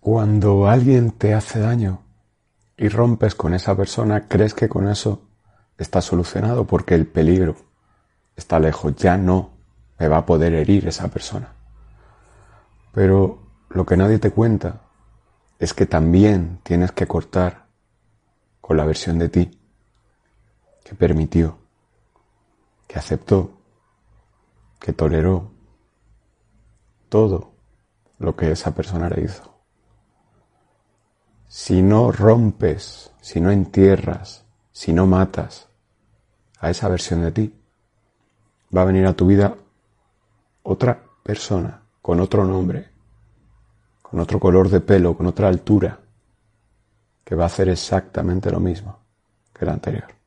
Cuando alguien te hace daño y rompes con esa persona, crees que con eso está solucionado porque el peligro está lejos, ya no me va a poder herir esa persona. Pero lo que nadie te cuenta es que también tienes que cortar con la versión de ti que permitió, que aceptó, que toleró todo lo que esa persona le hizo. Si no rompes, si no entierras, si no matas a esa versión de ti, va a venir a tu vida otra persona, con otro nombre, con otro color de pelo, con otra altura, que va a hacer exactamente lo mismo que la anterior.